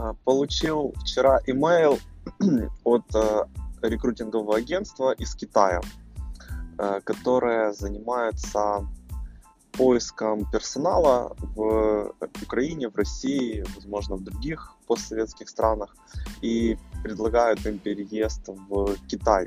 Получил вчера имейл от рекрутингового агентства из Китая, которое занимается поиском персонала в Украине, в России, возможно, в других постсоветских странах, и предлагают им переезд в Китай.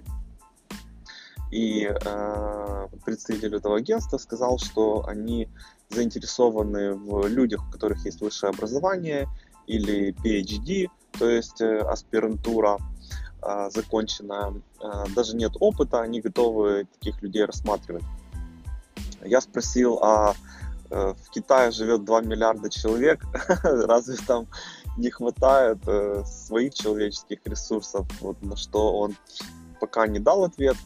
И представитель этого агентства сказал, что они заинтересованы в людях, у которых есть высшее образование или PhD, то есть аспирантура законченная. Даже нет опыта, они готовы таких людей рассматривать. Я спросил, в Китае живет 2 миллиарда человек, разве там не хватает своих человеческих ресурсов? Вот, на что он пока не дал ответ.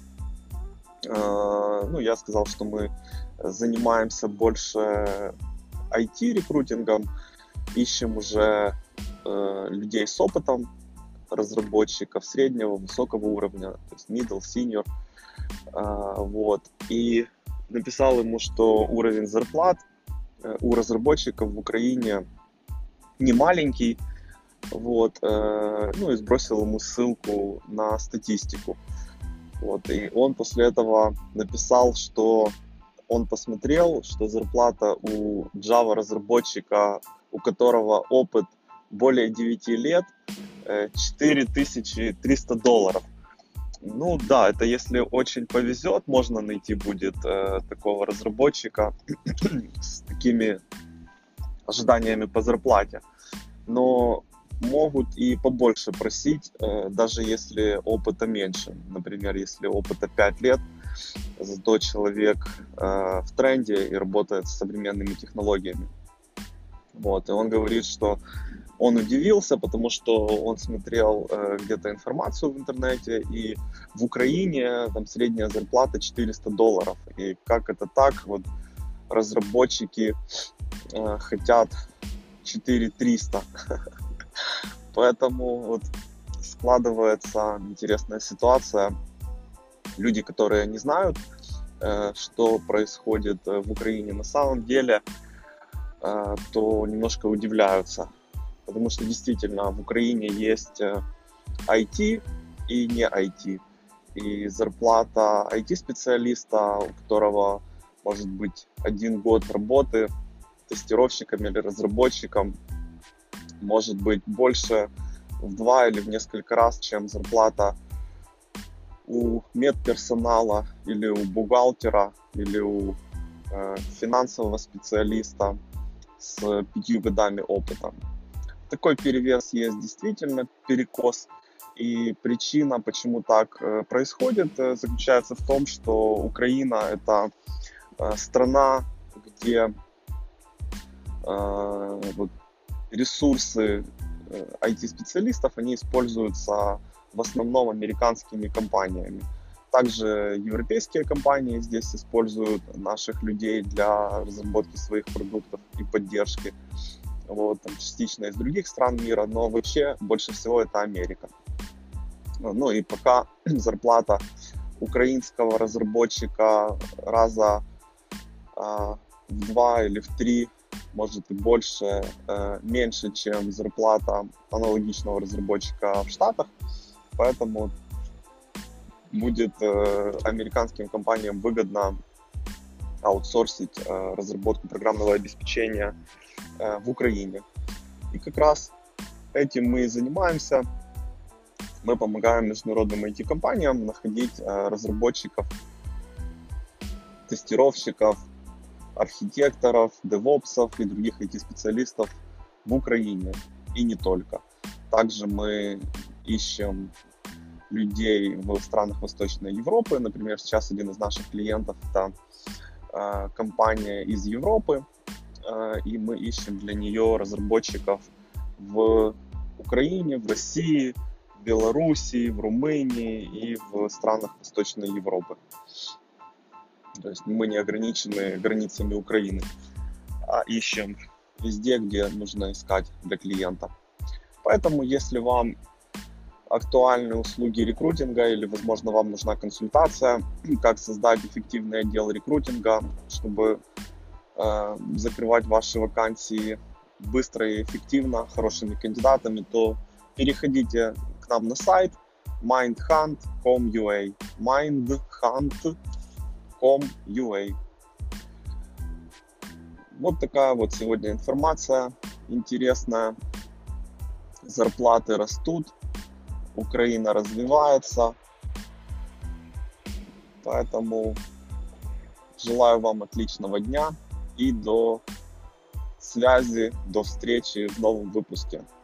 Я сказал, что мы занимаемся больше IT-рекрутингом, ищем уже людей с опытом, разработчиков среднего, высокого уровня, то есть middle, senior. И написал ему, что уровень зарплат у разработчиков в Украине не маленький, и сбросил ему ссылку на статистику. И он после этого написал, что он посмотрел, что зарплата у Java разработчика, у которого опыт более 9 лет, $4300. Это если очень повезет, можно найти будет такого разработчика с такими ожиданиями по зарплате. Но могут и побольше просить, даже если опыта меньше. Например, если опыта 5 лет, зато человек в тренде и работает с современными технологиями. И он говорит, что он удивился, потому что он смотрел где-то информацию в интернете, и в Украине там средняя зарплата $400. И как это так? Разработчики хотят 4300. Поэтому складывается интересная ситуация. Люди, которые не знают, что происходит в Украине на самом деле, то немножко удивляются. Потому что действительно в Украине есть IT и не IT. И зарплата IT-специалиста, у которого может быть 1 год работы тестировщиком или разработчиком, может быть больше в 2 или в несколько раз, чем зарплата у медперсонала или у бухгалтера или у финансового специалиста с 5 годами опыта. Такой перевес есть действительно, перекос. И причина, почему так происходит, заключается в том, что Украина — это страна, где ресурсы IT-специалистов, они используются в основном американскими компаниями. Также европейские компании здесь используют наших людей для разработки своих продуктов и поддержки. Частично из других стран мира, но вообще больше всего это Америка. И пока зарплата украинского разработчика раза в 2 или в 3, может и больше, меньше, чем зарплата аналогичного разработчика в Штатах. Поэтому будет американским компаниям выгодно аутсорсить разработку программного обеспечения в Украине. И как раз этим мы и занимаемся. Мы помогаем международным IT-компаниям находить разработчиков, тестировщиков, архитекторов, девопсов и других IT-специалистов в Украине. И не только. Также мы ищем людей в странах Восточной Европы. Например, сейчас один из наших клиентов — это компания из Европы. И мы ищем для нее разработчиков в Украине, в России, в Белоруссии, в Румынии и в странах Восточной Европы. То есть мы не ограничены границами Украины, а ищем везде, где нужно искать для клиента. Поэтому, если вам актуальны услуги рекрутинга или, возможно, вам нужна консультация, как создать эффективный отдел рекрутинга, чтобы закрывать ваши вакансии быстро и эффективно, хорошими кандидатами, то переходите к нам на сайт mindhunt.com.ua. mindhunt.com.ua. Вот такая вот сегодня информация интересная. Зарплаты растут, Украина развивается, поэтому желаю вам отличного дня и до связи, до встречи в новом выпуске.